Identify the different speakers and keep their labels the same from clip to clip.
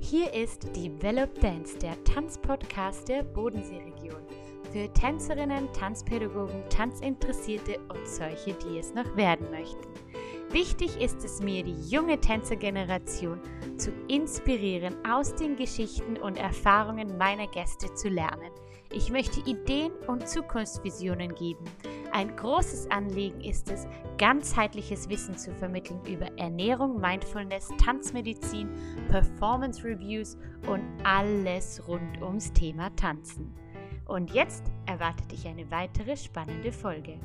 Speaker 1: Hier ist Develop Dance, der Tanzpodcast der Bodenseeregion. Für Tänzerinnen, Tanzpädagogen, Tanzinteressierte und solche, die es noch werden möchten. Wichtig ist es mir, die junge Tänzergeneration zu inspirieren, aus den Geschichten und Erfahrungen meiner Gäste zu lernen. Ich möchte Ideen und Zukunftsvisionen geben. Ein großes Anliegen ist es, ganzheitliches Wissen zu vermitteln über Ernährung, Mindfulness, Tanzmedizin, Performance Reviews und alles rund ums Thema Tanzen. Und jetzt erwartet dich eine weitere spannende Folge.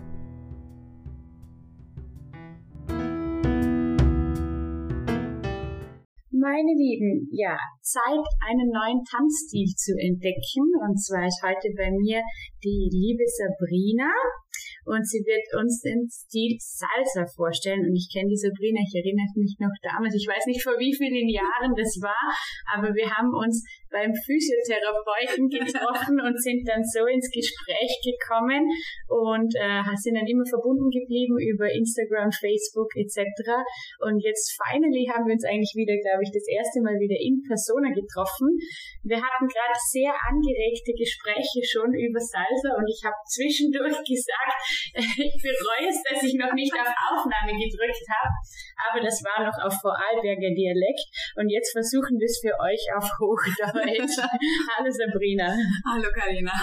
Speaker 2: Meine Lieben, ja, Zeit, einen neuen Tanzstil zu entdecken. Und zwar ist heute bei mir die liebe Sabrina. Und sie wird uns den Stil Salsa vorstellen. Und ich kenne die Sabrina, ich erinnere mich noch damals, ich weiß nicht vor wie vielen Jahren das war, aber wir haben uns beim Physiotherapeuten getroffen und sind dann so ins Gespräch gekommen und sind dann immer verbunden geblieben über Instagram, Facebook etc. Und jetzt finally haben wir uns eigentlich wieder, glaube ich, das erste Mal wieder in Persona getroffen. Wir hatten gerade sehr angeregte Gespräche schon über Salsa und ich habe zwischendurch gesagt, ich bereue es, dass ich noch nicht auf Aufnahme gedrückt habe, aber das war noch auf Vorarlberger Dialekt und jetzt versuchen wir es für euch auf Hochdeutsch. Hallo Sabrina.
Speaker 3: Hallo Carina.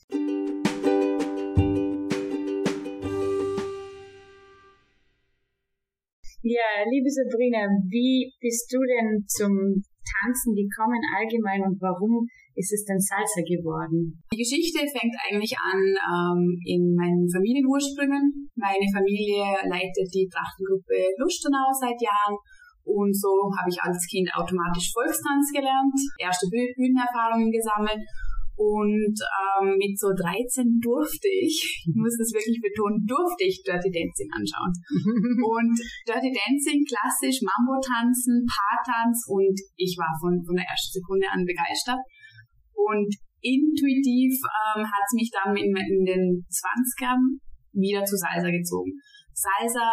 Speaker 2: Ja, liebe Sabrina, wie bist du denn zum Tanzen gekommen allgemein und warum ist es denn Salsa geworden?
Speaker 3: Die Geschichte fängt eigentlich an in meinen Familienursprüngen. Meine Familie leitet die Trachtengruppe Lustenau seit Jahren und so habe ich als Kind automatisch Volkstanz gelernt, erste Bühnenerfahrungen gesammelt und mit so 13 durfte ich muss das wirklich betonen, durfte ich Dirty Dancing anschauen. Und Dirty Dancing, klassisch Mambo-Tanzen, Paartanz und ich war von der ersten Sekunde an begeistert. Und intuitiv hat es mich dann in den 20ern wieder zu Salsa gezogen. Salsa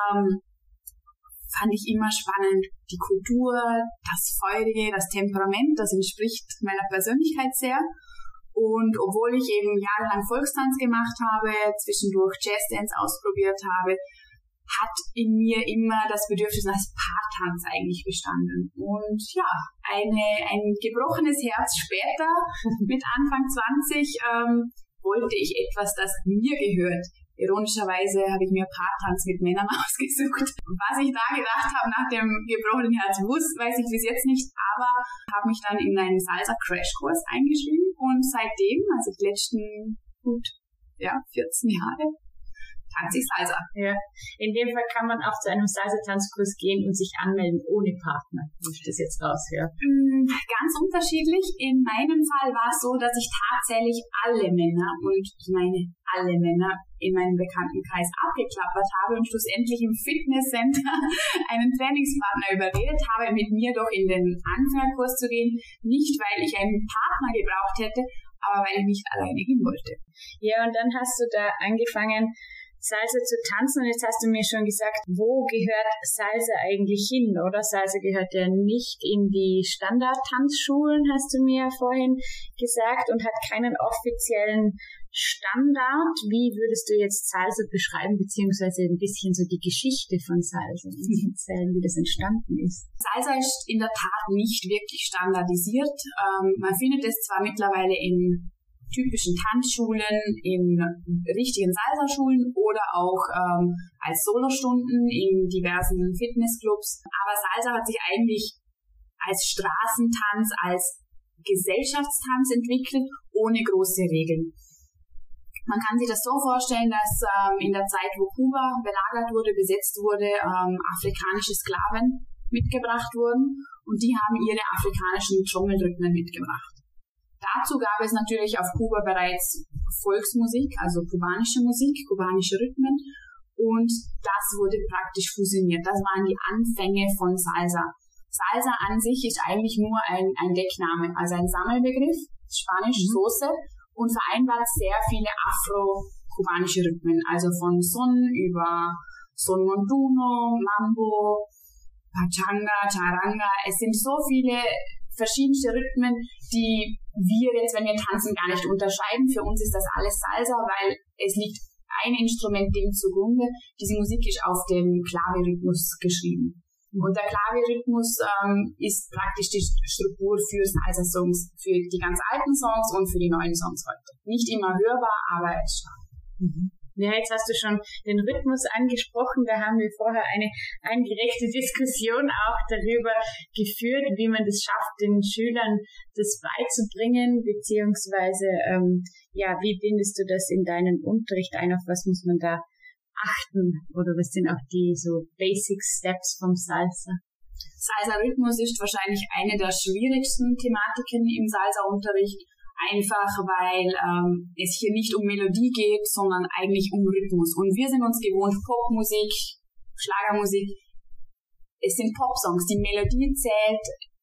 Speaker 3: fand ich immer spannend. Die Kultur, das Feurige, das Temperament, das entspricht meiner Persönlichkeit sehr. Und obwohl ich eben jahrelang Volkstanz gemacht habe, zwischendurch Jazzdance ausprobiert habe, hat in mir immer das Bedürfnis nach Paartanz eigentlich bestanden. Und ja, ein gebrochenes Herz später, mit Anfang 20, wollte ich etwas, das mir gehört. Ironischerweise habe ich mir Paartanz mit Männern ausgesucht. Was ich da gedacht habe nach dem gebrochenen Herz, weiß ich bis jetzt nicht, aber habe mich dann in einen Salsa-Crashkurs eingeschrieben und seitdem, also die letzten 14 Jahre, tanze ich Salsa.
Speaker 2: Ja, in dem Fall kann man auch zu einem Salsa-Tanzkurs gehen und sich anmelden ohne Partner, wie ich das jetzt raushöre.
Speaker 3: Ganz unterschiedlich. In meinem Fall war es so, dass ich tatsächlich alle Männer, und ich meine alle Männer, in meinem Bekanntenkreis abgeklappert habe und schlussendlich im Fitnesscenter einen Trainingspartner überredet habe, mit mir doch in den Anfängerkurs zu gehen. Nicht, weil ich einen Partner gebraucht hätte, aber weil ich nicht alleine gehen wollte.
Speaker 2: Ja, und dann hast du da angefangen, Salsa zu tanzen und jetzt hast du mir schon gesagt, wo gehört Salsa eigentlich hin, oder? Salsa gehört ja nicht in die Standardtanzschulen, hast du mir vorhin gesagt, und hat keinen offiziellen Standard. Wie würdest du jetzt Salsa beschreiben, beziehungsweise ein bisschen so die Geschichte von Salsa erzählen, wie das entstanden ist?
Speaker 3: Salsa ist in der Tat nicht wirklich standardisiert. Man findet es zwar mittlerweile in typischen Tanzschulen, in richtigen Salsa-Schulen oder auch als Solostunden in diversen Fitnessclubs. Aber Salsa hat sich eigentlich als Straßentanz, als Gesellschaftstanz entwickelt, ohne große Regeln. Man kann sich das so vorstellen, dass in der Zeit, wo Kuba belagert wurde, besetzt wurde, afrikanische Sklaven mitgebracht wurden und die haben ihre afrikanischen Trommelrhythmen mitgebracht. Dazu gab es natürlich auf Kuba bereits Volksmusik, also kubanische Musik, kubanische Rhythmen und das wurde praktisch fusioniert. Das waren die Anfänge von Salsa. Salsa an sich ist eigentlich nur ein Deckname, also ein Sammelbegriff, Spanisch Soße, und vereinbart sehr viele afro-kubanische Rhythmen, also von Son über Son Montuno, Mambo, Pachanga, Charanga. Es sind so viele verschiedenste Rhythmen, die wir jetzt, wenn wir tanzen, gar nicht unterscheiden. Für uns ist das alles Salsa, weil es liegt ein Instrument dem zugrunde. Diese Musik ist auf dem Klavierrhythmus geschrieben. Und der Klavierrhythmus ist praktisch die Struktur für Salsa-Songs, für die ganz alten Songs und für die neuen Songs heute. Nicht immer hörbar, aber es stark.
Speaker 2: Ja, jetzt hast du schon den Rhythmus angesprochen. Da haben wir vorher eine eingerechte Diskussion auch darüber geführt, wie man das schafft, den Schülern das beizubringen, beziehungsweise, wie bindest du das in deinen Unterricht ein? Auf was muss man da achten? Oder was sind auch die so Basic Steps vom Salsa?
Speaker 3: Salsa-Rhythmus ist wahrscheinlich eine der schwierigsten Thematiken im Salsa-Unterricht. Einfach, weil es hier nicht um Melodie geht, sondern eigentlich um Rhythmus. Und wir sind uns gewohnt, Popmusik, Schlagermusik, es sind Popsongs. Die Melodie zählt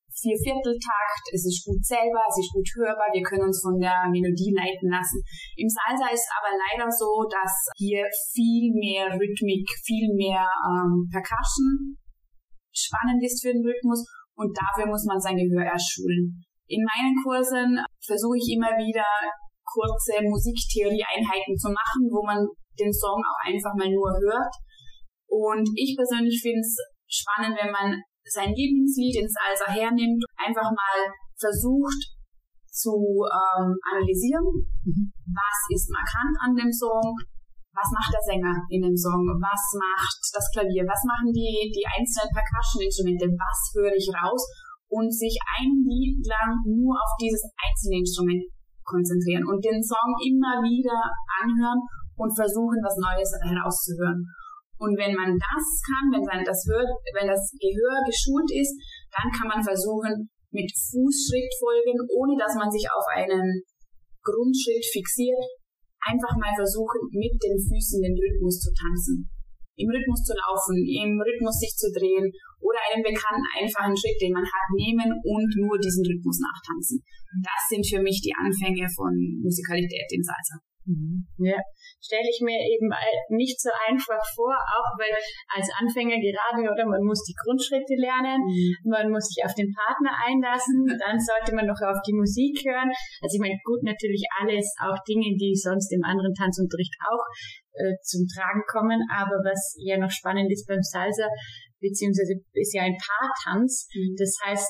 Speaker 3: 4/4-Takt, es ist gut zählbar, es ist gut hörbar, wir können uns von der Melodie leiten lassen. Im Salsa ist aber leider so, dass hier viel mehr Rhythmik, viel mehr Percussion spannend ist für den Rhythmus und dafür muss man sein Gehör erst schulen. In meinen Kursen versuche ich immer wieder kurze Musiktheorie-Einheiten zu machen, wo man den Song auch einfach mal nur hört. Und ich persönlich finde es spannend, wenn man sein Lieblingslied in Salsa hernimmt, einfach mal versucht zu analysieren, was ist markant an dem Song, was macht der Sänger in dem Song, was macht das Klavier, was machen die einzelnen Percussion-Instrumente, was höre ich raus und sich ein Lied lang nur auf dieses einzelne Instrument konzentrieren und den Song immer wieder anhören und versuchen, was Neues herauszuhören. Und wenn man das kann, wenn das Gehör geschult ist, dann kann man versuchen, mit Fußschrittfolgen, ohne dass man sich auf einen Grundschritt fixiert, einfach mal versuchen, mit den Füßen den Rhythmus zu tanzen. Im Rhythmus zu laufen, im Rhythmus sich zu drehen oder einen bekannten, einfachen Schritt, den man hat, nehmen und nur diesen Rhythmus nachtanzen. Das sind für mich die Anfänge von Musikalität in Salsa.
Speaker 2: Ja, stelle ich mir eben nicht so einfach vor, auch weil als Anfänger gerade, oder man muss die Grundschritte lernen, man muss sich auf den Partner einlassen, dann sollte man noch auf die Musik hören. Also ich meine, gut, natürlich alles auch Dinge, die sonst im anderen Tanzunterricht auch zum Tragen kommen, aber was ja noch spannend ist beim Salsa, beziehungsweise ist ja ein Paartanz. Das heißt,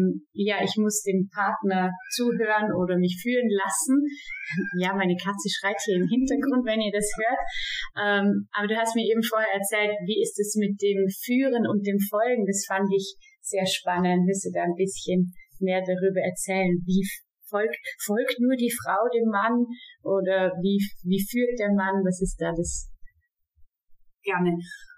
Speaker 2: ich muss dem Partner zuhören oder mich führen lassen. Ja, meine Katze schreit hier im Hintergrund, wenn ihr das hört. Aber du hast mir eben vorher erzählt, wie ist es mit dem Führen und dem Folgen? Das fand ich sehr spannend. Willst du da ein bisschen mehr darüber erzählen? Wie folgt nur die Frau dem Mann oder wie führt der Mann? Was ist da das?
Speaker 3: Gerne.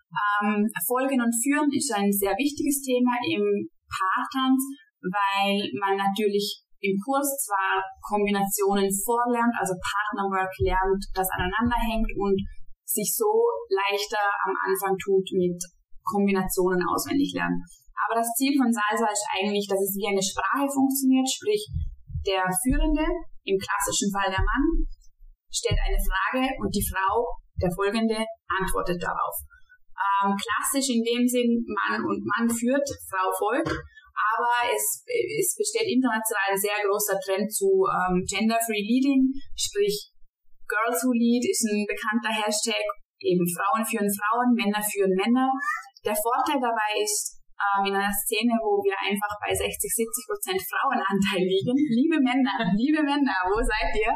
Speaker 3: Folgen und Führen ist ein sehr wichtiges Thema im Paartanz, weil man natürlich im Kurs zwar Kombinationen vorlernt, also Partnerwork lernt, das aneinander hängt und sich so leichter am Anfang tut mit Kombinationen auswendig lernen. Aber das Ziel von Salsa ist eigentlich, dass es wie eine Sprache funktioniert, sprich der Führende, im klassischen Fall der Mann, stellt eine Frage und die Frau, der Folgende, antwortet darauf. Klassisch in dem Sinn, Mann und Mann führt, Frau folgt, aber es besteht international ein sehr großer Trend zu Gender-Free Leading, sprich Girls Who Lead ist ein bekannter Hashtag, eben Frauen führen Frauen, Männer führen Männer. Der Vorteil dabei ist, in einer Szene, wo wir einfach bei 60-70% Frauenanteil liegen, liebe Männer, wo seid ihr?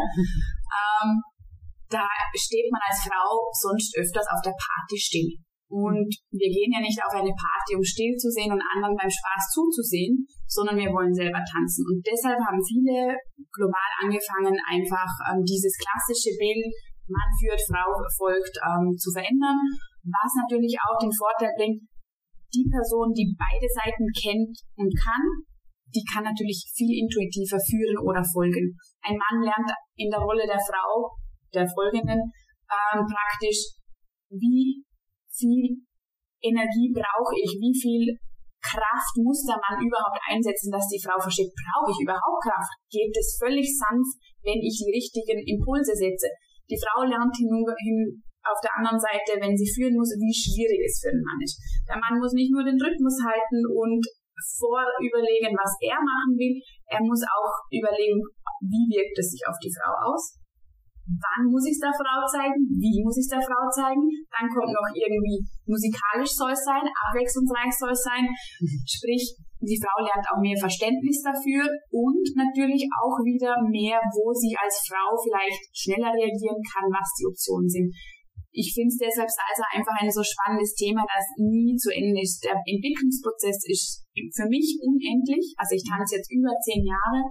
Speaker 3: Da steht man als Frau sonst öfters auf der Party still. Und wir gehen ja nicht auf eine Party, um still zu sehen und anderen beim Spaß zuzusehen, sondern wir wollen selber tanzen. Und deshalb haben viele global angefangen, einfach dieses klassische Bild, Mann führt, Frau folgt, zu verändern. Was natürlich auch den Vorteil bringt, die Person, die beide Seiten kennt und kann, die kann natürlich viel intuitiver führen oder folgen. Ein Mann lernt in der Rolle der Frau, der Folgenden, praktisch, wie viel Energie brauche ich, wie viel Kraft muss der Mann überhaupt einsetzen, dass die Frau versteht, brauche ich überhaupt Kraft? Geht es völlig sanft, wenn ich die richtigen Impulse setze? Die Frau lernt auf der anderen Seite, wenn sie führen muss, wie schwierig es für den Mann ist. Der Mann muss nicht nur den Rhythmus halten und vorüberlegen, was er machen will. Er muss auch überlegen, wie wirkt es sich auf die Frau aus. Wann muss ich es der Frau zeigen? Wie muss ich es der Frau zeigen? Dann kommt noch irgendwie musikalisch soll es sein, abwechslungsreich soll es sein. Sprich, die Frau lernt auch mehr Verständnis dafür und natürlich auch wieder mehr, wo sie als Frau vielleicht schneller reagieren kann, was die Optionen sind. Ich finde es deshalb Salsa einfach ein so spannendes Thema, das nie zu Ende ist. Der Entwicklungsprozess ist für mich unendlich. Also ich tanze jetzt über 10 Jahre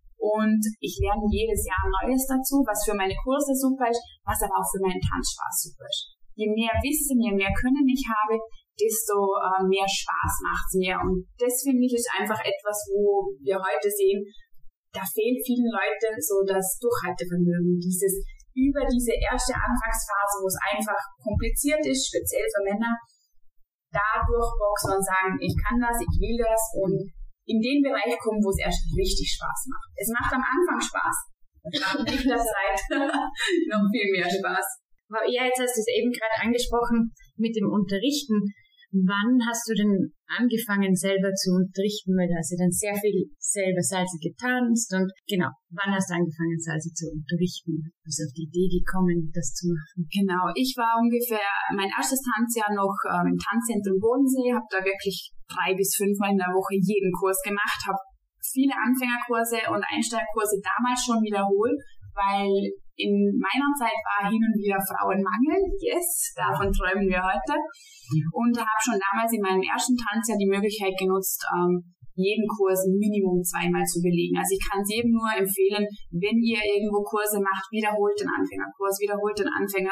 Speaker 3: und ich lerne jedes Jahr Neues dazu, was für meine Kurse super ist, was aber auch für meinen Tanzspaß super ist. Je mehr Wissen, je mehr Können ich habe, desto mehr Spaß macht es mir. Und das finde ich ist einfach etwas, wo wir heute sehen, da fehlt vielen Leuten so das Durchhaltevermögen, über diese erste Anfangsphase, wo es einfach kompliziert ist, speziell für Männer, da durchboxen und sagen, ich kann das, ich will das und in den Bereich kommen, wo es erst richtig Spaß macht. Es macht am Anfang Spaß. Nach der Zeit noch viel mehr Spaß.
Speaker 2: Ja, jetzt hast du es eben gerade angesprochen mit dem Unterrichten. Wann hast du denn angefangen, selber zu unterrichten? Weil du hast ja dann sehr viel selber Salsa getanzt und genau, wann hast du angefangen, Salsa zu unterrichten? Bist du auf die Idee gekommen, das zu machen?
Speaker 3: Genau, ich war ungefähr mein erstes Tanzjahr noch im Tanzzentrum Bodensee, habe da wirklich 3 bis 5 Mal in der Woche jeden Kurs gemacht, habe viele Anfängerkurse und Einsteigerkurse damals schon wiederholt, weil in meiner Zeit war hin und wieder Frauenmangel. Yes, davon träumen wir heute. Und habe schon damals in meinem ersten Tanzjahr die Möglichkeit genutzt, jeden Kurs Minimum 2-mal zu belegen. Also ich kann es jedem nur empfehlen, wenn ihr irgendwo Kurse macht, wiederholt den Anfängerkurs, wiederholt den Anfänger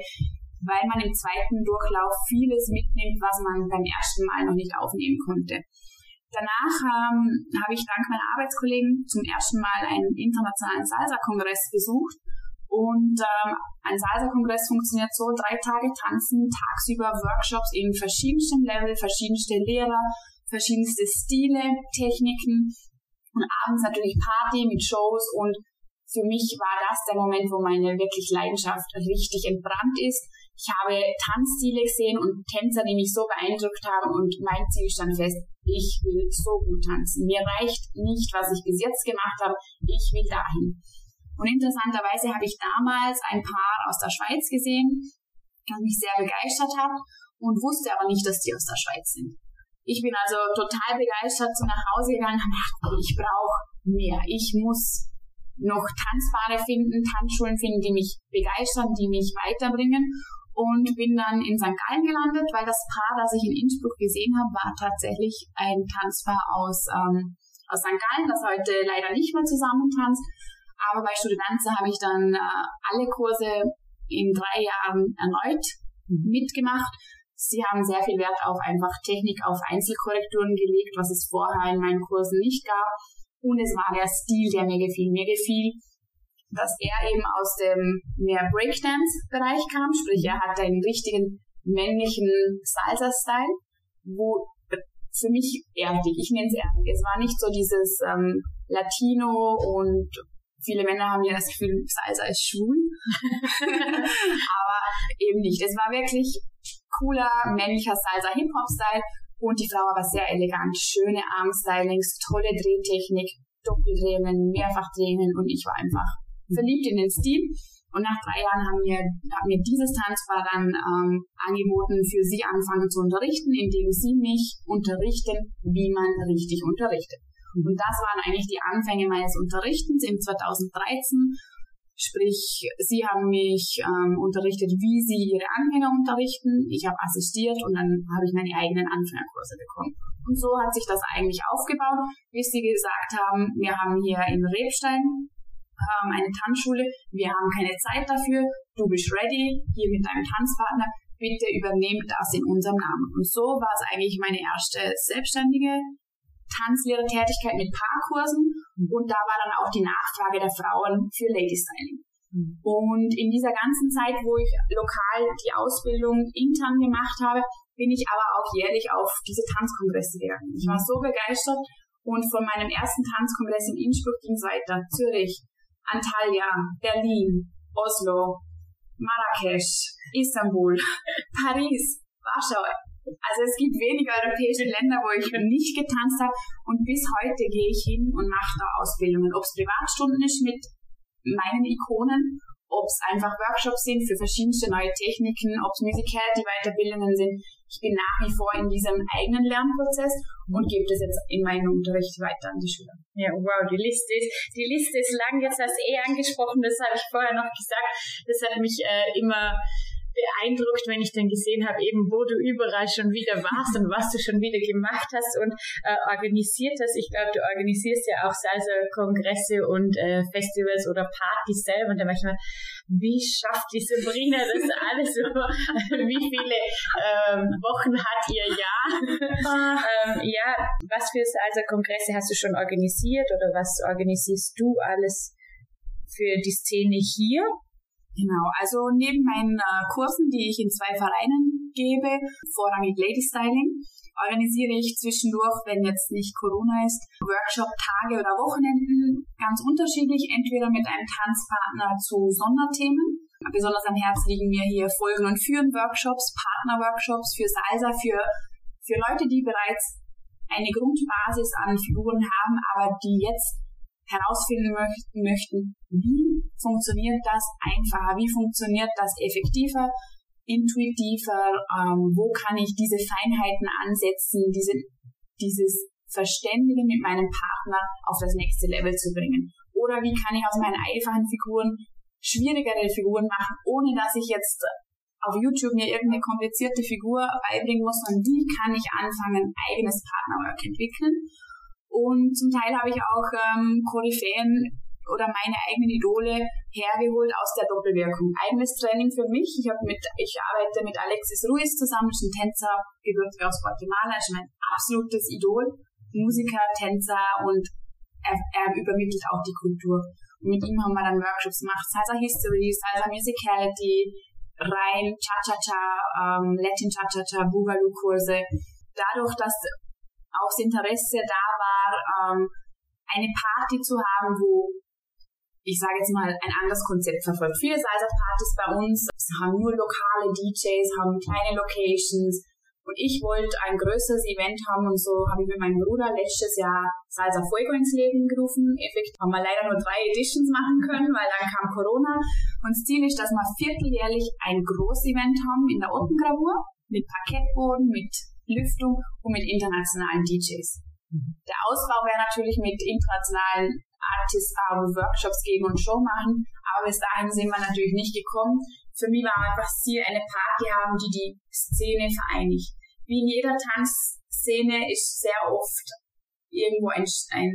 Speaker 3: 2, weil man im zweiten Durchlauf vieles mitnimmt, was man beim ersten Mal noch nicht aufnehmen konnte. Danach habe ich dank meiner Arbeitskollegen zum ersten Mal einen internationalen Salsa-Kongress besucht. Und ein Salsa-Kongress funktioniert so: 3 Tage tanzen, tagsüber Workshops in verschiedensten Level, verschiedenste Lehrer, verschiedenste Stile, Techniken und abends natürlich Party mit Shows. Und für mich war das der Moment, wo meine wirklich Leidenschaft richtig entbrannt ist. Ich habe Tanzstile gesehen und Tänzer, die mich so beeindruckt haben und mein Ziel stand fest: ich will so gut tanzen. Mir reicht nicht, was ich bis jetzt gemacht habe, ich will dahin. Und interessanterweise habe ich damals ein Paar aus der Schweiz gesehen, das mich sehr begeistert hat und wusste aber nicht, dass die aus der Schweiz sind. Ich bin also total begeistert nach Hause gegangen und habe gedacht, ich brauche mehr. Ich muss noch Tanzpaare finden, Tanzschulen finden, die mich begeistern, die mich weiterbringen. Und bin dann in St. Gallen gelandet, weil das Paar, das ich in Innsbruck gesehen habe, war tatsächlich ein Tanzpaar aus St. Gallen, das heute leider nicht mehr zusammen tanzt. Aber bei Studidanza habe ich dann alle Kurse in 3 Jahren erneut mitgemacht. Sie haben sehr viel Wert auf einfach Technik, auf Einzelkorrekturen gelegt, was es vorher in meinen Kursen nicht gab. Und es war der Stil, der mir gefiel. Mir gefiel, dass er eben aus dem mehr Breakdance-Bereich kam. Sprich, er hatte einen richtigen männlichen Salsa-Style, wo für mich erdig, ich nenne es erdig. Es war nicht so dieses Latino und viele Männer haben ja das Gefühl, Salsa ist schwul. Aber eben nicht. Es war wirklich cooler, männlicher Salsa-Hip-Hop-Style und die Frau war sehr elegant. Schöne Armstylings, tolle Drehtechnik, Doppeldrehungen, Mehrfachdrehungen und ich war einfach verliebt in den Stil. Und nach 3 Jahren hat mir dieses Tanzpaar dann angeboten, für sie anfangen zu unterrichten, indem sie mich unterrichten, wie man richtig unterrichtet. Und das waren eigentlich die Anfänge meines Unterrichtens im 2013. Sprich, sie haben mich unterrichtet, wie sie ihre Anfänger unterrichten. Ich habe assistiert und dann habe ich meine eigenen Anfängerkurse bekommen. Und so hat sich das eigentlich aufgebaut, bis sie gesagt haben, wir haben hier in Rebstein eine Tanzschule, wir haben keine Zeit dafür, du bist ready, hier mit deinem Tanzpartner, bitte übernehmt das in unserem Namen. Und so war es eigentlich meine erste selbstständige Tanzlehrertätigkeit mit Paarkursen und da war dann auch die Nachfrage der Frauen für Lady Styling. Und in dieser ganzen Zeit, wo ich lokal die Ausbildung intern gemacht habe, bin ich aber auch jährlich auf diese Tanzkongresse gegangen. Ich war so begeistert und von meinem ersten Tanzkongress in Innsbruck ging es weiter. Zürich, Antalya, Berlin, Oslo, Marrakesch, Istanbul, Paris, Warschau. Also es gibt wenige europäische Länder, wo ich nicht getanzt habe und bis heute gehe ich hin und mache da Ausbildungen. Ob es Privatstunden ist mit meinen Ikonen, ob es einfach Workshops sind für verschiedenste neue Techniken, ob es Musicality-Weiterbildungen sind. Ich bin nach wie vor in diesem eigenen Lernprozess und gebe das jetzt in meinem Unterricht weiter an die Schüler.
Speaker 2: Ja, wow, die Liste ist lang. Jetzt hast du angesprochen, das habe ich vorher noch gesagt. Das hat mich immer beeindruckt, wenn ich dann gesehen habe, eben wo du überall schon wieder warst und was du schon wieder gemacht hast und organisiert hast. Ich glaube, du organisierst ja auch Salsa-Kongresse und Festivals oder Partys selber. Und da manchmal, wie schafft die Sabrina das alles so? Wie viele Wochen hat ihr Jahr? Ja, was für Salsa-Kongresse hast du schon organisiert oder was organisierst du alles für die Szene hier?
Speaker 3: Genau, also neben meinen Kursen, die ich in 2 Vereinen gebe, vorrangig Lady Styling, organisiere ich zwischendurch, wenn jetzt nicht Corona ist, Workshop-Tage oder Wochenenden, ganz unterschiedlich, entweder mit einem Tanzpartner zu Sonderthemen. Besonders am Herzen liegen mir hier Folgen- und Führen-Workshops, Partner-Workshops für Salsa, für Leute, die bereits eine Grundbasis an Figuren haben, aber die jetzt herausfinden möchten, wie funktioniert das einfacher, wie funktioniert das effektiver, intuitiver, wo kann ich diese Feinheiten ansetzen, dieses Verständigen mit meinem Partner auf das nächste Level zu bringen. Oder wie kann ich aus meinen einfachen Figuren schwierigere Figuren machen, ohne dass ich jetzt auf YouTube mir irgendeine komplizierte Figur beibringen muss, sondern wie kann ich anfangen, ein eigenes Partnerwork entwickeln. Und zum Teil habe ich auch Koryphäen oder meine eigenen Idole hergeholt aus der Doppelwirkung. Eigenes Training für mich. Ich arbeite mit Alexis Ruiz zusammen, ist ein Tänzer, gebürtig aus Guatemala, ist mein absolutes Idol. Musiker, Tänzer und er übermittelt auch die Kultur. Und mit ihm haben wir dann Workshops gemacht. Salsa History, Salsa Musicality, rein Cha-Cha-Cha, Latin Cha-Cha-Cha, Boogaloo-Kurse. Dadurch, dass auch das Interesse da war, eine Party zu haben, wo, ich sage jetzt mal, ein anderes Konzept verfolgt. Viele Salsa-Partys bei uns haben nur lokale DJs, haben kleine Locations und ich wollte ein größeres Event haben und so habe ich mit meinem Bruder letztes Jahr Salsa Fuego ins Leben gerufen. Effektiv haben wir leider nur 3 Editions machen können, weil dann kam Corona. Und das Ziel ist, dass wir vierteljährlich ein Großevent haben in der Ottengravur mit Parkettboden, mit Lüftung und mit internationalen DJs. Der Ausbau wäre natürlich mit internationalen Artists Workshops geben und Show machen, aber bis dahin sind wir natürlich nicht gekommen. Für mich war einfach das Ziel, eine Party haben, die die Szene vereinigt. Wie in jeder Tanzszene ist sehr oft irgendwo ein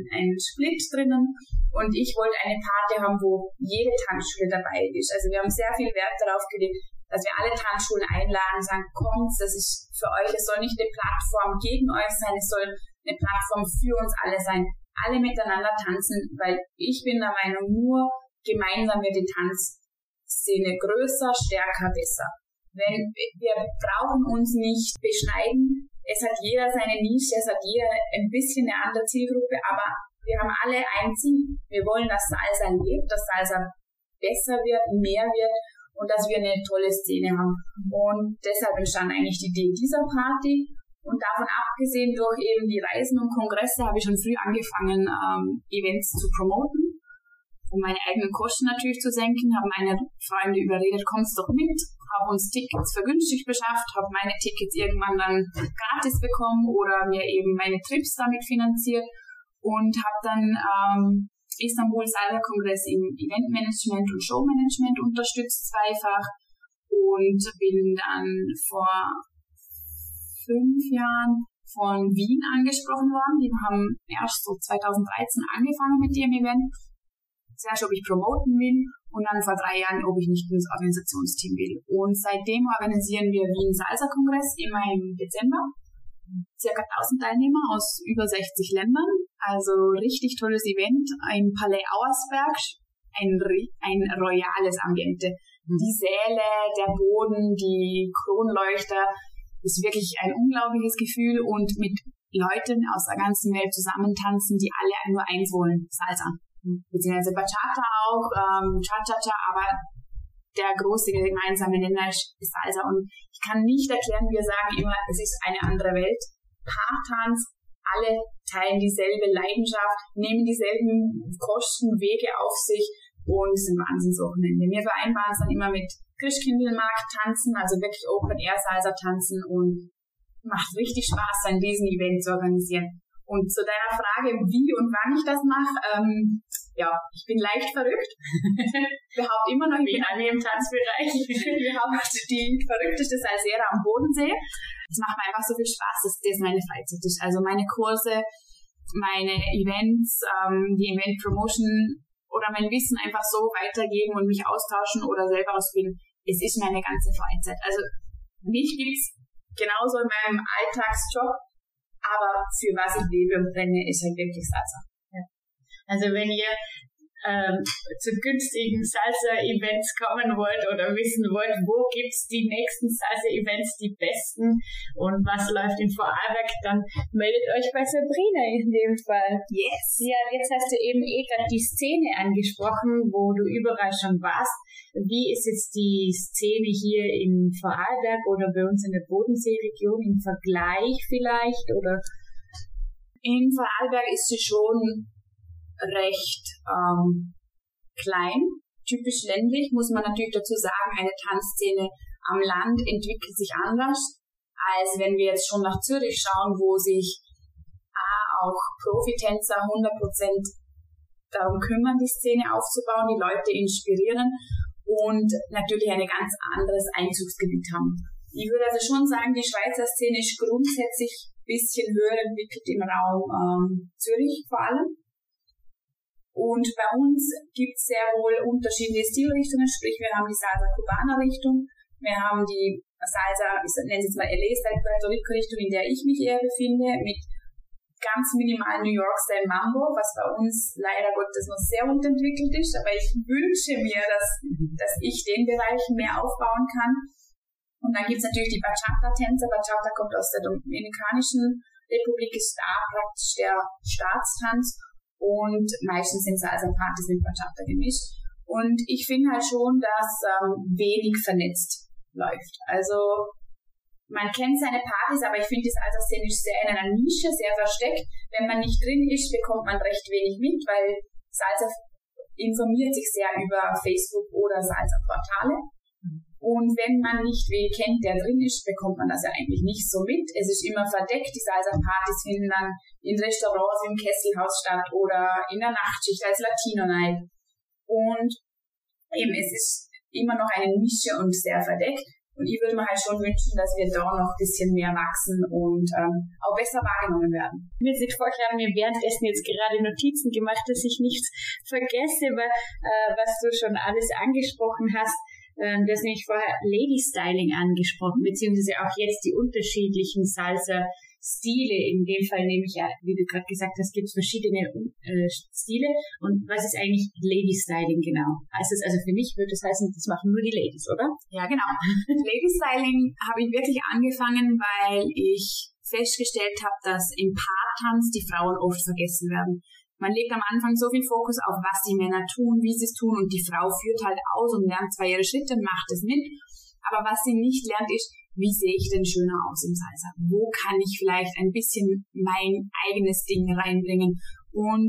Speaker 3: Split drinnen und ich wollte eine Party haben, wo jede Tanzschule dabei ist. Also wir haben sehr viel Wert darauf gelegt, dass wir alle Tanzschulen einladen, sagen, kommt, das ist für euch, es soll nicht eine Plattform gegen euch sein, es soll eine Plattform für uns alle sein, alle miteinander tanzen, weil ich bin der Meinung, nur gemeinsam wird die Tanzszene größer, stärker, besser. Wir brauchen uns nicht beschneiden, es hat jeder seine Nische, es hat jeder ein bisschen eine andere Zielgruppe, aber wir haben alle ein Ziel. Wir wollen, dass Salsa lebt, dass Salsa besser wird, mehr wird, und dass wir eine tolle Szene haben. Und deshalb entstand eigentlich die Idee dieser Party. Und davon abgesehen, durch eben die Reisen und Kongresse habe ich schon früh angefangen, Events zu promoten, um meine eigenen Kosten natürlich zu senken. Habe meine Freunde überredet, kommst doch mit, habe uns Tickets vergünstigt beschafft, habe meine Tickets irgendwann dann gratis bekommen oder mir eben meine Trips damit finanziert und habe dann Istanbul Salsa Kongress im Eventmanagement und Showmanagement unterstützt zweifach und bin dann vor 5 Jahren von Wien angesprochen worden. Die haben erst so 2013 angefangen mit ihrem Event. Zuerst, ob ich promoten will und dann vor 3 Jahren, ob ich nicht ins Organisationsteam will. Und seitdem organisieren wir Wien Salsa Kongress immer im Dezember. Circa 1000 Teilnehmer aus über 60 Ländern. Also richtig tolles Event im Palais Auersberg. Ein royales Ambiente. Die Säle, der Boden, die Kronleuchter, ist wirklich ein unglaubliches Gefühl und mit Leuten aus der ganzen Welt zusammentanzen, die alle nur eins wollen, Salsa. Beziehungsweise Bachata auch, Cha-Cha-Cha, aber der große gemeinsame Nenner ist Salsa. Und ich kann nicht erklären, wir sagen immer, es ist eine andere Welt. Paartanz, alle teilen dieselbe Leidenschaft, nehmen dieselben Kosten, Wege auf sich und es sind Wahnsinnswochenende. Wir vereinbaren es dann immer mit Christkindlmarkt tanzen, also wirklich Open-Air-Salsa tanzen und macht richtig Spaß, ein Riesen-Event zu organisieren. Und zu deiner Frage, wie und wann ich das mache, ich bin leicht verrückt. Wir haben immer noch, ich bin alle im Tanzbereich. Wir haben die verrückteste Salsera am Bodensee. Das macht mir einfach so viel Spaß, dass das meine Freizeit ist. Also meine Kurse, meine Events, die Event-Promotion oder mein Wissen einfach so weitergeben und mich austauschen oder selber ausbilden. Es ist meine ganze Freizeit. Also mich gibt's genauso in meinem Alltagsjob, aber für was ich lebe und brenne, ist halt wirklich Salsa.
Speaker 2: Ja. Also wenn ihr zu günstigen Salsa-Events kommen wollt oder wissen wollt, wo gibt's die nächsten Salsa-Events, die besten und was läuft in Vorarlberg, dann meldet euch bei Sabrina in dem Fall.
Speaker 3: Yes!
Speaker 2: Ja, jetzt hast du eben gerade die Szene angesprochen, wo du überall schon warst. Wie ist jetzt die Szene hier in Vorarlberg oder bei uns in der Bodenseeregion im Vergleich vielleicht? Oder?
Speaker 3: In Vorarlberg ist sie schon recht klein, typisch ländlich, muss man natürlich dazu sagen, eine Tanzszene am Land entwickelt sich anders, als wenn wir jetzt schon nach Zürich schauen, wo sich auch Profitänzer 100% darum kümmern, die Szene aufzubauen, die Leute inspirieren und natürlich ein ganz anderes Einzugsgebiet haben. Ich würde also schon sagen, die Schweizer Szene ist grundsätzlich ein bisschen höher entwickelt im Raum Zürich vor allem. Und bei uns gibt es sehr wohl unterschiedliche Stilrichtungen, sprich wir haben die Salsa-Cubana-Richtung, wir haben die Salsa, ich nenne es jetzt mal LA-Style-Puerto Rico-Richtung, in der ich mich eher befinde, mit ganz minimal New York-Style Mambo, was bei uns leider Gottes noch sehr unterentwickelt ist, aber ich wünsche mir, dass ich den Bereich mehr aufbauen kann. Und dann gibt es natürlich die Bachata-Tänzer. Bachata kommt aus der Dominikanischen Republik, ist da praktisch der Staatstanz. Und meistens sind Salsa-Partys mit Bachata gemischt. Und ich finde halt schon, dass wenig vernetzt läuft. Also man kennt seine Partys, aber ich finde, die Salsa-Szene ist sehr in einer Nische, sehr versteckt. Wenn man nicht drin ist, bekommt man recht wenig mit, weil Salsa informiert sich sehr über Facebook oder Salsa-Portale. Und wenn man nicht wen kennt, der drin ist, bekommt man das ja eigentlich nicht so mit. Es ist immer verdeckt. Die Salsa-Partys finden dann in Restaurants im Kesselhaus statt oder in der Nachtschicht als Latino-Night. Und eben, es ist immer noch eine Nische und sehr verdeckt. Und ich würde mir halt schon wünschen, dass wir da noch ein bisschen mehr wachsen und auch besser wahrgenommen werden.
Speaker 2: Mir sind vorher mir währenddessen jetzt gerade Notizen gemacht, dass ich nichts vergesse, was du schon alles angesprochen hast. Du hast nämlich vorher Lady Styling angesprochen, beziehungsweise auch jetzt die unterschiedlichen Salsa-Stile. In dem Fall nämlich, ja, wie du gerade gesagt hast, gibt es verschiedene Stile. Und was ist eigentlich Lady Styling genau? Heißt es, also für mich würde das heißen, das machen nur die Ladies, oder?
Speaker 3: Ja, genau. Lady Styling habe ich wirklich angefangen, weil ich festgestellt habe, dass im Paartanz die Frauen oft vergessen werden. Man legt am Anfang so viel Fokus auf, was die Männer tun, wie sie es tun und die Frau führt halt aus und lernt zwar ihre Schritte und macht es mit, aber was sie nicht lernt ist, wie sehe ich denn schöner aus im Salsa? Wo kann ich vielleicht ein bisschen mein eigenes Ding reinbringen? Und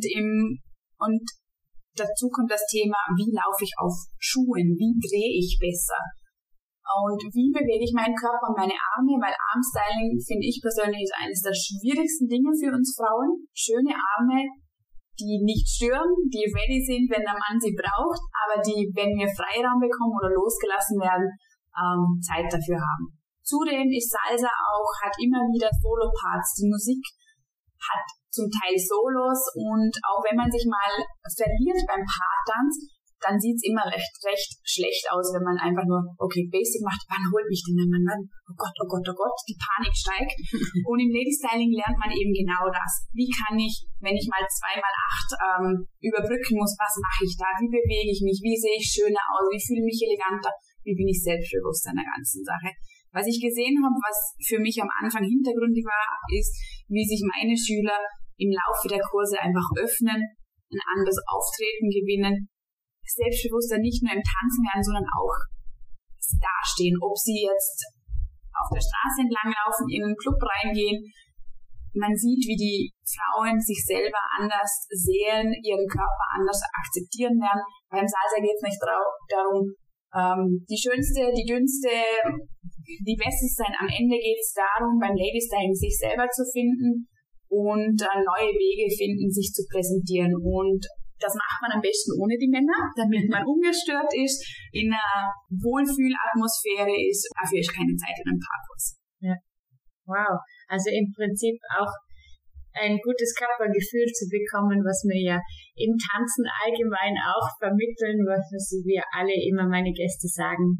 Speaker 3: dazu kommt das Thema, wie laufe ich auf Schuhen? Wie drehe ich besser? Und wie bewege ich meinen Körper und meine Arme? Weil Armstyling, finde ich persönlich, ist eines der schwierigsten Dinge für uns Frauen. Schöne Arme, die nicht stören, die ready sind, wenn der Mann sie braucht, aber die, wenn wir Freiraum bekommen oder losgelassen werden, Zeit dafür haben. Zudem ist Salsa hat immer wieder Solo-Parts. Die Musik hat zum Teil Solos und auch wenn man sich mal verliert beim Paartanz, dann sieht's immer recht schlecht aus, wenn man einfach nur, okay, Basic macht, wann holt mich denn der Mann? Oh Gott, die Panik steigt. Und im Lady Styling lernt man eben genau das. Wie kann ich, wenn ich mal 2x8 überbrücken muss, was mache ich da? Wie bewege ich mich? Wie sehe ich schöner aus? Wie fühle ich mich eleganter? Wie bin ich selbstbewusst an der ganzen Sache? Was ich gesehen habe, was für mich am Anfang hintergründig war, ist, wie sich meine Schüler im Laufe der Kurse einfach öffnen, ein anderes Auftreten gewinnen selbstbewusster nicht nur im Tanzen werden, sondern auch dastehen. Ob sie jetzt auf der Straße entlang laufen, in einen Club reingehen. Man sieht, wie die Frauen sich selber anders sehen, ihren Körper anders akzeptieren werden. Beim Salsa geht es nicht darum, die Schönste, die Dünnste, die Beste zu sein. Am Ende geht es darum, beim Ladystyling sich selber zu finden und neue Wege finden, sich zu präsentieren. Und das macht man am besten ohne die Männer, damit man ungestört ist, in einer Wohlfühlatmosphäre ist. Dafür ist keine Zeit in einem Parkhaus.
Speaker 2: Ja. Wow. Also im Prinzip auch ein gutes Körpergefühl zu bekommen, was wir ja im Tanzen allgemein auch vermitteln, was wir alle immer meine Gäste sagen,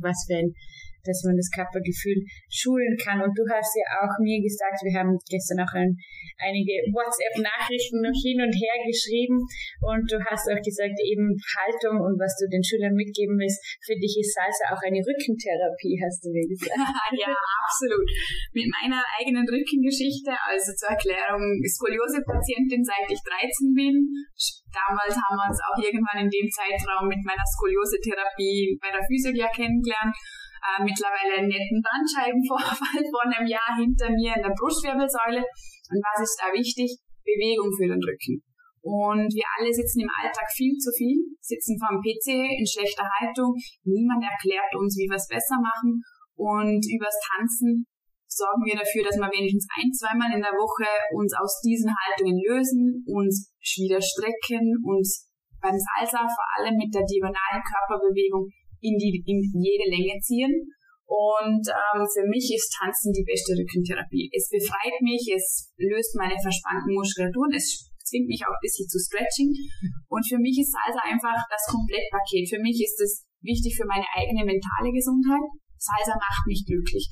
Speaker 2: dass man das Körpergefühl schulen kann. Und du hast ja auch mir gesagt, wir haben gestern auch einige WhatsApp-Nachrichten noch hin und her geschrieben und du hast auch gesagt, eben Haltung und was du den Schülern mitgeben willst, für dich ist Salsa auch eine Rückentherapie, hast du mir gesagt.
Speaker 3: Ja, absolut. Mit meiner eigenen Rückengeschichte, also zur Erklärung, Skoliose-Patientin, seit ich 13 bin. Damals haben wir uns auch irgendwann in dem Zeitraum mit meiner Skoliose-Therapie bei der Physio kennengelernt. Mittlerweile einen netten Bandscheibenvorfall vor einem Jahr hinter mir in der Brustwirbelsäule. Und was ist da wichtig? Bewegung für den Rücken. Und wir alle sitzen im Alltag viel zu viel, sitzen vor dem PC in schlechter Haltung. Niemand erklärt uns, wie wir es besser machen. Und übers Tanzen sorgen wir dafür, dass wir wenigstens 1-2 Mal in der Woche uns aus diesen Haltungen lösen, uns wieder strecken, uns beim Salsa vor allem mit der diagonalen Körperbewegung in jede Länge ziehen. Und für mich ist Tanzen die beste Rückentherapie. Es befreit mich, es löst meine verspannten Muskulaturen, es zwingt mich auch ein bisschen zu Stretching. Und für mich ist Salsa einfach das Komplettpaket. Für mich ist es wichtig für meine eigene mentale Gesundheit. Salsa macht mich glücklich.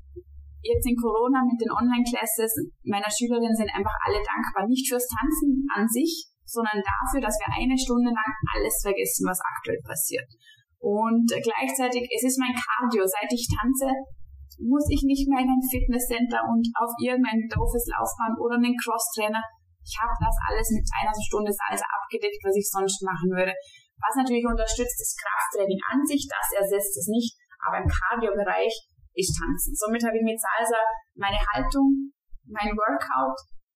Speaker 3: Jetzt in Corona mit den Online-Classes meiner Schülerinnen sind einfach alle dankbar. Nicht fürs Tanzen an sich, sondern dafür, dass wir 1 Stunde lang alles vergessen, was aktuell passiert. Und gleichzeitig, es ist mein Cardio. Seit ich tanze, muss ich nicht mehr in ein Fitnesscenter und auf irgendein doofes Laufband oder einen Crosstrainer. Ich habe das alles mit 1 Stunde Salsa abgedeckt, was ich sonst machen würde. Was natürlich unterstützt, ist Krafttraining an sich. Das ersetzt es nicht. Aber im Cardio-Bereich ist Tanzen. Somit habe ich mit Salsa meine Haltung, mein Workout,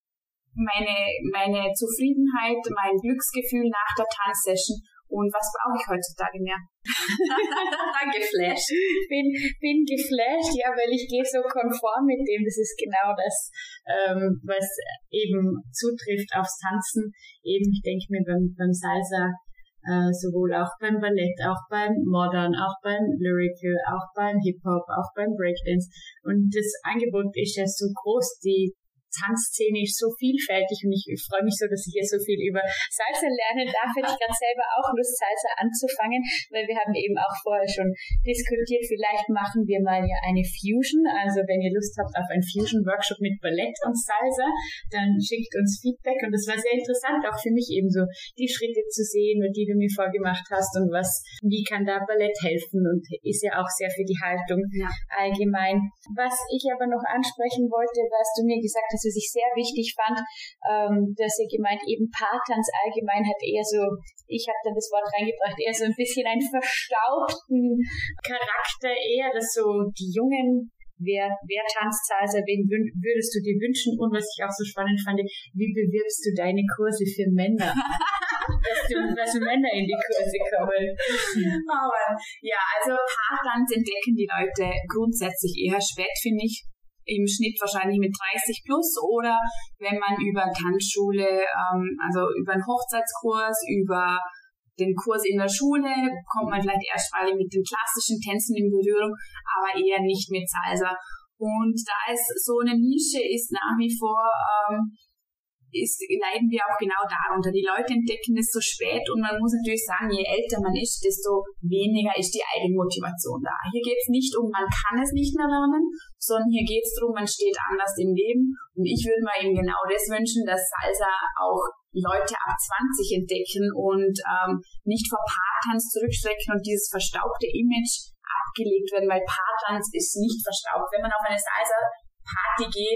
Speaker 3: meine Zufriedenheit, mein Glücksgefühl nach der Tanzsession. Und was brauche ich heutzutage mehr?
Speaker 2: Geflasht. Bin geflasht, ja, weil ich gehe so konform mit dem. Das ist genau das, was eben zutrifft aufs Tanzen. Eben, ich denke mir beim Salsa, sowohl auch beim Ballett, auch beim Modern, auch beim Lyrical, auch beim Hip-Hop, auch beim Breakdance. Und das Angebot ist ja so groß, die Tanzszene ist so vielfältig und ich freue mich so, dass ich hier so viel über Salsa lernen darf. Hätte ich gerade selber auch Lust, Salsa anzufangen, weil wir haben eben auch vorher schon diskutiert, vielleicht machen wir mal ja eine Fusion. Also wenn ihr Lust habt auf einen Fusion-Workshop mit Ballett und Salsa, dann schickt uns Feedback. Und das war sehr interessant, auch für mich eben so die Schritte zu sehen, die du mir vorgemacht hast und wie kann da Ballett helfen und ist ja auch sehr für die Haltung allgemein. Was ich aber noch ansprechen wollte, was du mir gesagt hast, was ich sehr wichtig fand, dass ihr gemeint, eben Paartanz allgemein hat eher so, ich habe dann das Wort reingebracht, eher so ein bisschen einen verstaubten Charakter, eher, dass so die Jungen, wer tanzt Salsa, wen würdest du dir wünschen? Und was ich auch so spannend fand, wie bewirbst du deine Kurse für Männer? dass Männer in die Kurse kommen.
Speaker 3: Ja, also Paartanz entdecken die Leute grundsätzlich eher spät, finde ich. Im Schnitt wahrscheinlich mit 30 plus oder wenn man über Tanzschule, also über einen Hochzeitskurs, über den Kurs in der Schule, kommt man vielleicht erstmal mit den klassischen Tänzen in Berührung, aber eher nicht mit Salsa. Und da es so eine Nische ist nach wie vor, leiden wir auch genau darunter. Die Leute entdecken es so spät und man muss natürlich sagen, je älter man ist, desto weniger ist die Eigenmotivation da. Hier geht es nicht um, man kann es nicht mehr lernen, sondern hier geht es darum, man steht anders im Leben. Und ich würde mir eben genau das wünschen, dass Salsa auch Leute ab 20 entdecken und nicht vor Paartanz zurückschrecken und dieses verstaubte Image abgelegt werden, weil Paartanz ist nicht verstaubt. Wenn man auf eine Salsa-Party geht,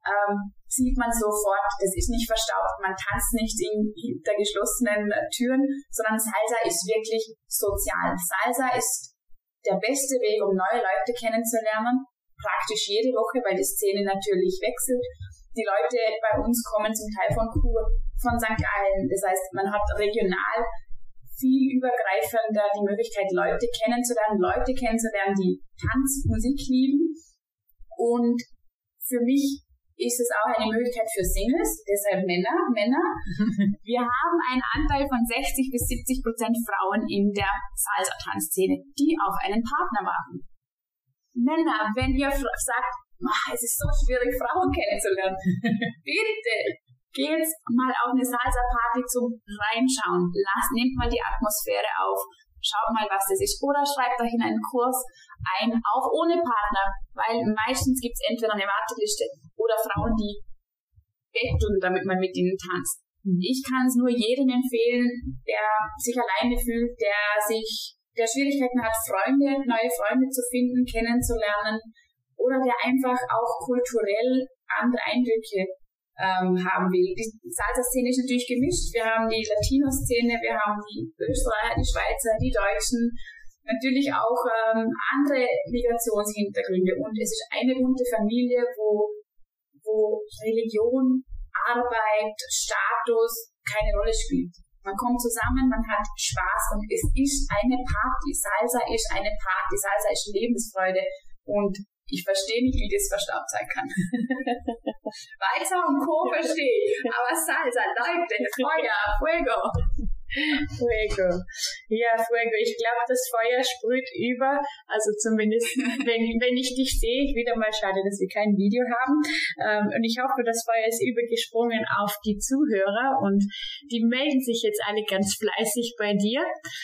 Speaker 3: sieht man sofort, das ist nicht verstaubt, man tanzt nicht hinter geschlossenen Türen, sondern Salsa ist wirklich sozial. Salsa ist der beste Weg, um neue Leute kennenzulernen, praktisch jede Woche, weil die Szene natürlich wechselt. Die Leute bei uns kommen zum Teil von Chur, von St. Gallen. Das heißt, man hat regional viel übergreifender die Möglichkeit, Leute kennenzulernen, die Tanz, Musik lieben. Und für mich ist es auch eine Möglichkeit für Singles, deshalb Männer. Wir haben einen Anteil von 60-70% Frauen in der Salsa-Tanzszene, die auf einen Partner warten. Männer, wenn ihr sagt, es ist so schwierig, Frauen kennenzulernen, bitte geht mal auf eine Salsa-Party zum Reinschauen. Nehmt mal die Atmosphäre auf. Schaut mal, was das ist. Oder schreibt euch in einen Kurs ein, auch ohne Partner, weil meistens gibt es entweder eine Warteliste oder Frauen, die betteln, damit man mit ihnen tanzt. Ich kann es nur jedem empfehlen, der sich alleine fühlt, der Schwierigkeiten hat, neue Freunde zu finden, kennenzulernen, oder der einfach auch kulturell andere Eindrücke haben will. Die Salsa-Szene ist natürlich gemischt. Wir haben die Latino-Szene, wir haben die Österreicher, die Schweizer, die Deutschen, natürlich auch andere Migrationshintergründe. Und es ist eine bunte Familie, wo Religion, Arbeit, Status keine Rolle spielt. Man kommt zusammen, man hat Spaß und es ist eine Party. Salsa ist eine Party. Salsa ist Lebensfreude. Und ich verstehe nicht, wie das verstaubt sein kann. Walzer und Co. verstehe ich. Aber Salsa, Leute, Feuer, Fuego.
Speaker 2: Fuego. Ja, Fuego. Ich glaube, das Feuer sprüht über. Also zumindest, wenn ich dich sehe, wieder mal schade, dass wir kein Video haben. Und ich hoffe, das Feuer ist übergesprungen auf die Zuhörer und die melden sich jetzt alle ganz fleißig bei dir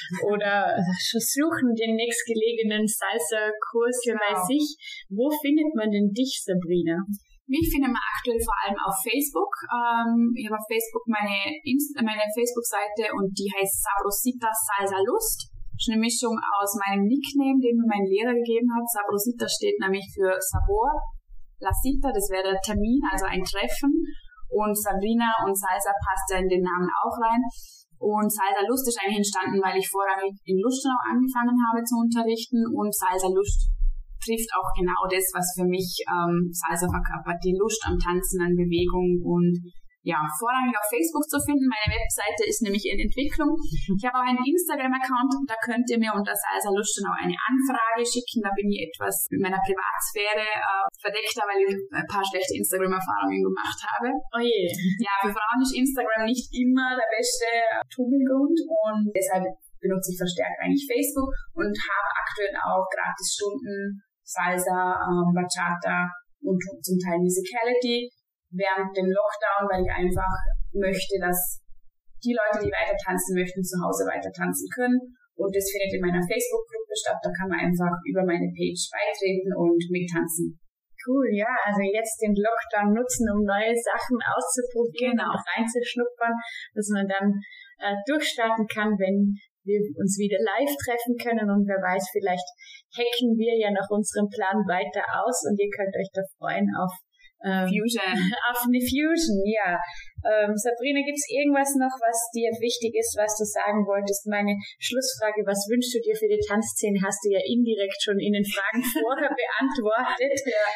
Speaker 2: oder suchen den nächstgelegenen Salsa-Kurs bei sich. Wo findet man denn dich, Sabrina?
Speaker 3: Mich findet man aktuell vor allem auf Facebook. Ich habe auf Facebook meine Facebook-Seite und die heißt Sabrosita Salsa Lust. Das ist eine Mischung aus meinem Nickname, den mir mein Lehrer gegeben hat. Sabrosita steht nämlich für Sabor. La Cita, das wäre der Termin, also ein Treffen. Und Sabrina und Salsa passt ja in den Namen auch rein. Und Salsa Lust ist eigentlich entstanden, weil ich vorrangig in Lustenau angefangen habe zu unterrichten. Und Salsa Lust trifft auch genau das, was für mich Salsa verkörpert, die Lust am Tanzen, an Bewegung und ja, vorrangig auf Facebook zu finden. Meine Webseite ist nämlich in Entwicklung. Ich habe auch einen Instagram-Account, da könnt ihr mir unter Salsa Lustenau eine Anfrage schicken. Da bin ich etwas mit meiner Privatsphäre verdeckter, weil ich ein paar schlechte Instagram-Erfahrungen gemacht habe.
Speaker 2: Oh je.
Speaker 3: Ja, für Frauen ist Instagram nicht immer der beste Tummelgrund und deshalb benutze ich verstärkt eigentlich Facebook und habe aktuell auch Gratisstunden Salsa, Bachata und zum Teil Musicality während dem Lockdown, weil ich einfach möchte, dass die Leute, die weiter tanzen möchten, zu Hause weiter tanzen können. Und das findet in meiner Facebook-Gruppe statt. Da kann man einfach über meine Page beitreten und mittanzen.
Speaker 2: Cool, ja. Also jetzt den Lockdown nutzen, um neue Sachen auszuprobieren und reinzuschnuppern, dass man dann durchstarten kann, wenn wir uns wieder live treffen können und wer weiß, vielleicht hacken wir ja nach unserem Plan weiter aus und ihr könnt euch da freuen auf
Speaker 3: Fusion.
Speaker 2: Auf eine Fusion, ja. Sabrina, gibt's irgendwas noch, was dir wichtig ist, was du sagen wolltest? Meine Schlussfrage, was wünschst du dir für die Tanzszene, hast du ja indirekt schon in den Fragen vorher beantwortet.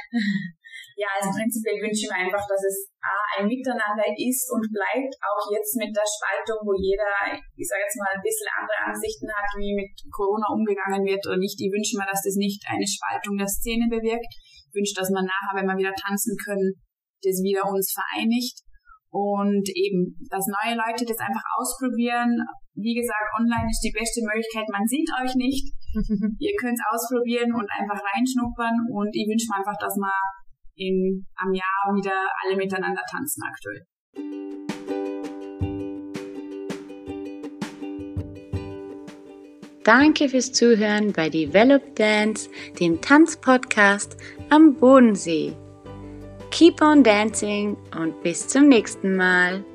Speaker 3: Ja, also prinzipiell wünsche ich mir einfach, dass es ein Miteinander ist und bleibt, auch jetzt mit der Spaltung, wo jeder, ich sage jetzt mal, ein bisschen andere Ansichten hat, wie mit Corona umgegangen wird oder nicht. Ich wünsche mir, dass das nicht eine Spaltung der Szene bewirkt. Ich wünsche, dass wir nachher, wenn wir wieder tanzen können, das wieder uns vereinigt. Und eben, dass neue Leute das einfach ausprobieren. Wie gesagt, online ist die beste Möglichkeit. Man sieht euch nicht. Ihr könnt es ausprobieren und einfach reinschnuppern. Und ich wünsche mir einfach, dass wir am Jahr wieder alle miteinander tanzen aktuell.
Speaker 1: Danke fürs Zuhören bei Develop Dance, dem Tanzpodcast am Bodensee. Keep on dancing und bis zum nächsten Mal.